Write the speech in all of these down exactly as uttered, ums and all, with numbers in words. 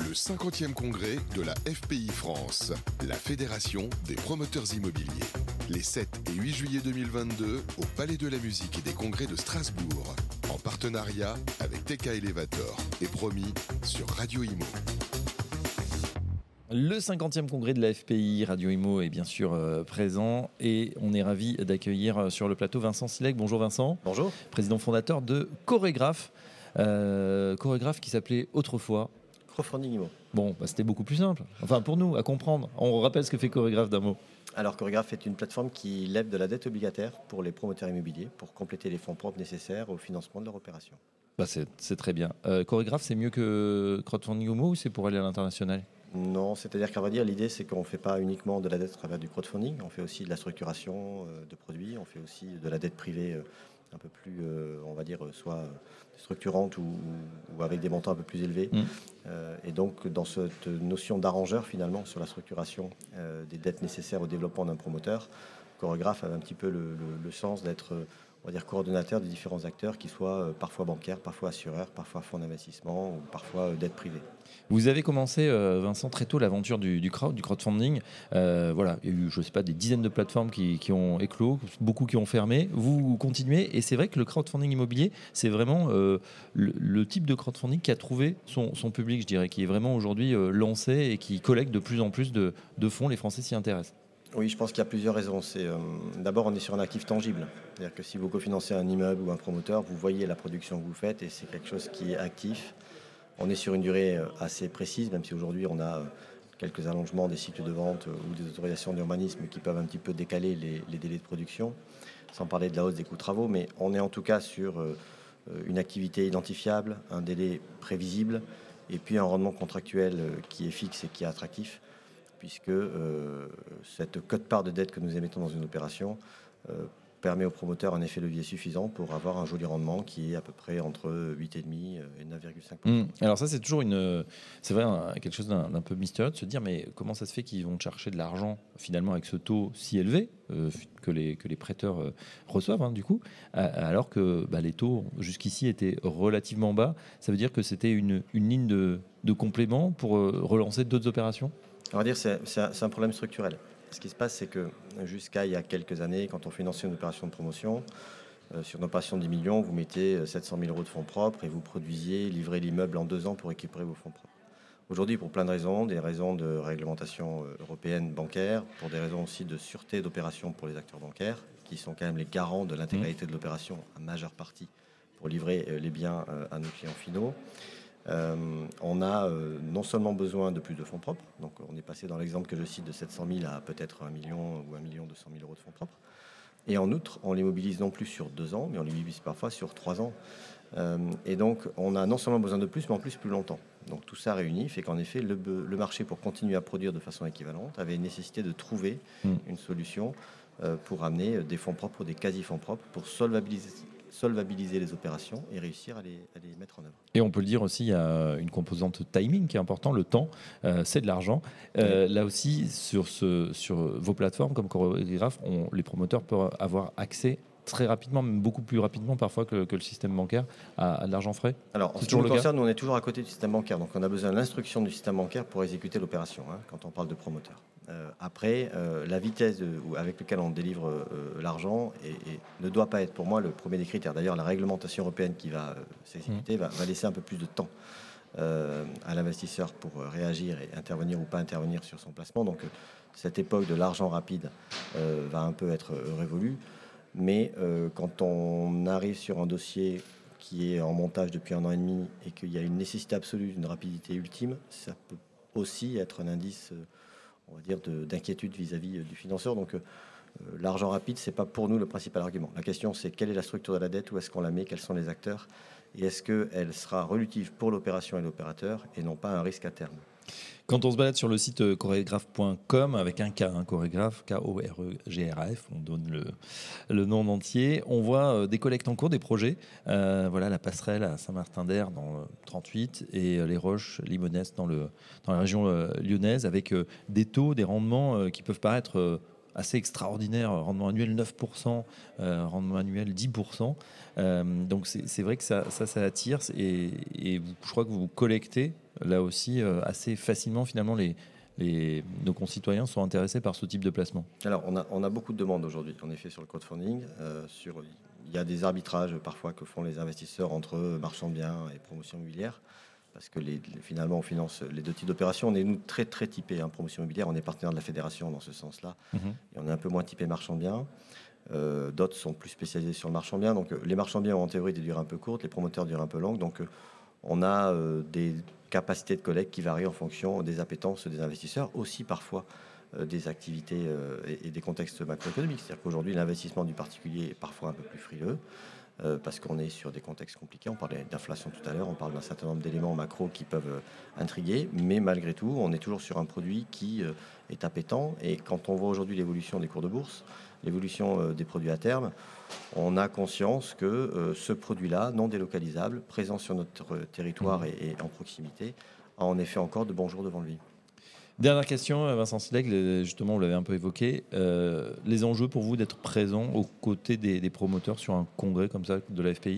Le cinquantième congrès de la F P I France, la Fédération des promoteurs immobiliers. Les sept et huit juillet deux mille vingt-deux au Palais de la Musique et des Congrès de Strasbourg, en partenariat avec T K Elevator et promis sur Radio Imo. Le cinquantième congrès de la F P I, Radio Imo est bien sûr euh, présent et on est ravi d'accueillir euh, sur le plateau Vincent Silek. Bonjour Vincent. Bonjour. Président fondateur de Chorégraphe, euh, Chorégraphe qui s'appelait autrefois Crowdfunding Imo. Bon, bah, c'était beaucoup plus simple. Enfin pour nous, à comprendre. On rappelle ce que fait Chorégraphe d'un mot. Alors Chorégraphe est une plateforme qui lève de la dette obligataire pour les promoteurs immobiliers pour compléter les fonds propres nécessaires au financement de leur opération. Bah, c'est, c'est très bien. Euh, Chorégraphe, c'est mieux que Crowdfunding Imo ou c'est pour aller à l'international ? Non, c'est-à-dire qu'à vrai dire, l'idée c'est qu'on ne fait pas uniquement de la dette à travers du crowdfunding, on fait aussi de la structuration euh, de produits, on fait aussi de la dette privée euh, un peu plus, euh, on va dire, soit structurante ou, ou avec des montants un peu plus élevés. Mmh. Euh, et donc, dans cette notion d'arrangeur, finalement, sur la structuration euh, des dettes nécessaires au développement d'un promoteur, Chorégraphe a un petit peu le, le, le sens d'être, on va dire, coordonnateur des différents acteurs, qui soient euh, parfois bancaires, parfois assureurs, parfois fonds d'investissement ou parfois euh, dette privée. Vous avez commencé, euh, Vincent, très tôt l'aventure du, du crowd, du crowdfunding. Euh, voilà, il y a eu, je ne sais pas, des dizaines de plateformes qui, qui ont éclos, beaucoup qui ont fermé. Vous continuez, et c'est vrai que le crowdfunding immobilier, c'est vraiment euh, le, le type de crowdfunding qui a trouvé son, son public, je dirais, qui est vraiment aujourd'hui euh, lancé et qui collecte de plus en plus de, de fonds. Les Français s'y intéressent. Oui, je pense qu'il y a plusieurs raisons. C'est, euh, d'abord, on est sur un actif tangible. C'est-à-dire que si vous cofinancez un immeuble ou un promoteur, vous voyez la production que vous faites et c'est quelque chose qui est actif. On est sur une durée assez précise, même si aujourd'hui on a quelques allongements des cycles de vente ou des autorisations d'urbanisme qui peuvent un petit peu décaler les, les délais de production, sans parler de la hausse des coûts de travaux. Mais on est en tout cas sur une activité identifiable, un délai prévisible et puis un rendement contractuel qui est fixe et qui est attractif, puisque euh, cette quote-part de dette que nous émettons dans une opération euh, permet au promoteur un effet levier suffisant pour avoir un joli rendement qui est à peu près entre huit virgule cinq et neuf virgule cinq pour cent. Mmh. Alors ça, c'est toujours une, c'est vrai, un, quelque chose d'un, d'un peu mystérieux de se dire, mais comment ça se fait qu'ils vont chercher de l'argent finalement avec ce taux si élevé euh, que, les, que les prêteurs euh, reçoivent, hein, du coup, alors que bah, les taux jusqu'ici étaient relativement bas. Ça veut dire que c'était une, une ligne de, de complément pour euh, relancer d'autres opérations ? On va dire que c'est, c'est, un, c'est un problème structurel. Ce qui se passe, c'est que jusqu'à il y a quelques années, quand on finançait une opération de promotion, euh, sur une opération de dix millions, vous mettez sept cent mille euros de fonds propres et vous produisiez, livrez l'immeuble en deux ans pour récupérer vos fonds propres. Aujourd'hui, pour plein de raisons, des raisons de réglementation européenne bancaire, pour des raisons aussi de sûreté d'opération pour les acteurs bancaires, qui sont quand même les garants de l'intégralité de l'opération, en majeure partie, pour livrer les biens à nos clients finaux. Euh, on a euh, non seulement besoin de plus de fonds propres, donc on est passé dans l'exemple que je cite de sept cent mille à peut-être un million ou un million deux cent mille euros de fonds propres. Et en outre, on les mobilise non plus sur deux ans, mais on les mobilise parfois sur trois ans. Euh, et donc, on a non seulement besoin de plus, mais en plus plus longtemps. Donc tout ça réuni fait qu'en effet, le, le marché, pour continuer à produire de façon équivalente, avait une nécessité de trouver mmh. une solution euh, pour amener des fonds propres, des quasi-fonds propres, pour solvabiliser solvabiliser les opérations et réussir à les, à les mettre en œuvre. Et on peut le dire aussi, il y a une composante timing qui est importante, le temps, euh, c'est de l'argent. Euh, oui. Là aussi, sur, ce, sur vos plateformes comme Chorégraphe, on, les promoteurs peuvent avoir accès très rapidement, même beaucoup plus rapidement parfois que, que le système bancaire, à, à de l'argent frais. Alors, en ce qui nous concerne, nous on est toujours à côté du système bancaire, donc on a besoin de l'instruction du système bancaire pour exécuter l'opération, hein, quand on parle de promoteur. Euh, après, euh, la vitesse de, avec laquelle on délivre euh, l'argent et, et ne doit pas être pour moi le premier des critères. D'ailleurs, la réglementation européenne qui va euh, s'exécuter mmh. va, va laisser un peu plus de temps euh, à l'investisseur pour euh, réagir et intervenir ou pas intervenir sur son placement. Donc, euh, cette époque de l'argent rapide euh, va un peu être euh, révolue. Mais euh, quand on arrive sur un dossier qui est en montage depuis un an et demi et qu'il y a une nécessité absolue d'une rapidité ultime, ça peut aussi être un indice, euh, on va dire, de, d'inquiétude vis-à-vis euh, du financeur. Donc, euh, l'argent rapide, c'est pas pour nous le principal argument. La question, c'est quelle est la structure de la dette, où est-ce qu'on la met, quels sont les acteurs, et est-ce qu'elle sera relutive pour l'opération et l'opérateur, et non pas un risque à terme. Quand on se balade sur le site chorégraphe point com avec un K, hein, chorégraphe, K O R E G R A F, on donne le, le nom entier, on voit des collectes en cours, des projets. Euh, voilà, la passerelle à Saint-Martin-d'Air dans le trente-huit et les Roches Limonest dans, le, dans la région lyonnaise avec des taux, des rendements qui peuvent paraître assez extraordinaire, rendement annuel neuf pour cent, euh, rendement annuel dix pour cent. Euh, donc c'est, c'est vrai que ça, ça, ça attire et, et vous, je crois que vous collectez là aussi, euh, assez facilement, finalement, les, les, nos concitoyens sont intéressés par ce type de placement. Alors, on a, on a beaucoup de demandes aujourd'hui, en effet, sur le crowdfunding. Euh, sur, il y a des arbitrages parfois que font les investisseurs entre marchand de biens et promotion immobilière. Parce que les, finalement, on finance les deux types d'opérations. On est, nous, très, très typés en promotion immobilière. On est partenaire de la fédération dans ce sens-là. Mmh. Et on est un peu moins typé marchand de biens. Euh, d'autres sont plus spécialisés sur le marchand de biens. Donc, euh, les marchands de biens ont en théorie des durées un peu courtes, les promoteurs durées un peu longues. Donc, euh, on a euh, des capacités de collecte qui varient en fonction des appétences des investisseurs, aussi parfois euh, des activités euh, et, et des contextes macroéconomiques. C'est-à-dire qu'aujourd'hui, l'investissement du particulier est parfois un peu plus frileux. Euh, parce qu'on est sur des contextes compliqués. On parlait d'inflation tout à l'heure, on parle d'un certain nombre d'éléments macro qui peuvent euh, intriguer, mais malgré tout, on est toujours sur un produit qui euh, est appétant. Et quand on voit aujourd'hui l'évolution des cours de bourse, l'évolution euh, des produits à terme, on a conscience que euh, ce produit-là, non délocalisable, présent sur notre territoire et, et en proximité, a en effet encore de bons jours devant lui. Dernière question, Vincent Silègle, justement, vous l'avez un peu évoqué. Euh, les enjeux pour vous d'être présent aux côtés des, des promoteurs sur un congrès comme ça de la F P I ?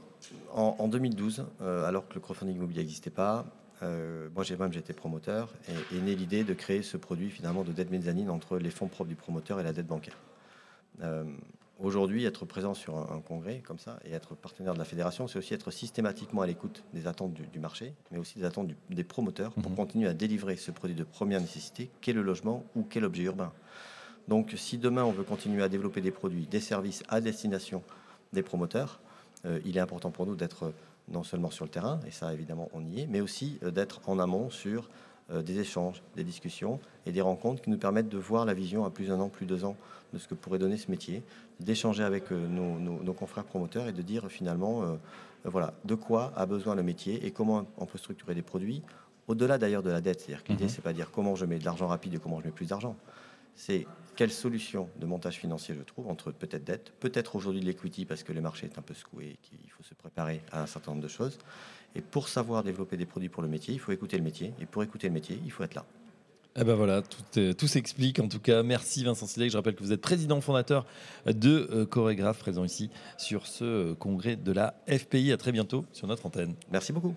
En, en deux mille douze, euh, alors que le crowdfunding immobilier n'existait pas, euh, moi j'ai même j'étais promoteur et est née l'idée de créer ce produit finalement de dette mezzanine entre les fonds propres du promoteur et la dette bancaire. Euh, Aujourd'hui, être présent sur un, un congrès comme ça et être partenaire de la fédération, c'est aussi être systématiquement à l'écoute des attentes du, du marché, mais aussi des attentes du, des promoteurs pour mmh. continuer à délivrer ce produit de première nécessité qu'est le logement ou qu'est l'objet urbain. Donc, si demain on veut continuer à développer des produits, des services à destination des promoteurs, euh, il est important pour nous d'être non seulement sur le terrain, et ça évidemment on y est, mais aussi euh, d'être en amont sur euh, des échanges, des discussions et des rencontres qui nous permettent de voir la vision à plus d'un an, plus deux ans de ce que pourrait donner ce métier, d'échanger avec euh, nos, nos, nos confrères promoteurs et de dire finalement euh, euh, voilà, de quoi a besoin le métier et comment on peut structurer des produits, au-delà d'ailleurs de la dette. C'est-à-dire que l'idée, mmh. c'est pas dire comment je mets de l'argent rapide et comment je mets plus d'argent. C'est quelle solution de montage financier je trouve entre peut-être dette, peut-être aujourd'hui de l'equity parce que le marché est un peu secoué et qu'il faut se préparer à un certain nombre de choses. Et pour savoir développer des produits pour le métier, il faut écouter le métier. Et pour écouter le métier, il faut être là. Eh ben voilà, tout, euh, tout s'explique. En tout cas, merci Vincent Silègle. Je rappelle que vous êtes président fondateur de euh, Chorégraphe, présent ici sur ce euh, congrès de la F P I. À très bientôt sur notre antenne. Merci beaucoup.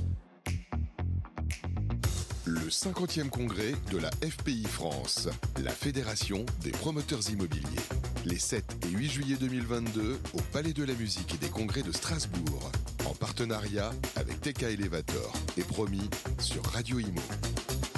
Le cinquantième congrès de la F P I France, la Fédération des promoteurs immobiliers. Les sept et huit juillet deux mille vingt-deux au Palais de la Musique et des Congrès de Strasbourg, en partenariat avec T K Elevator et promis sur Radio Imo.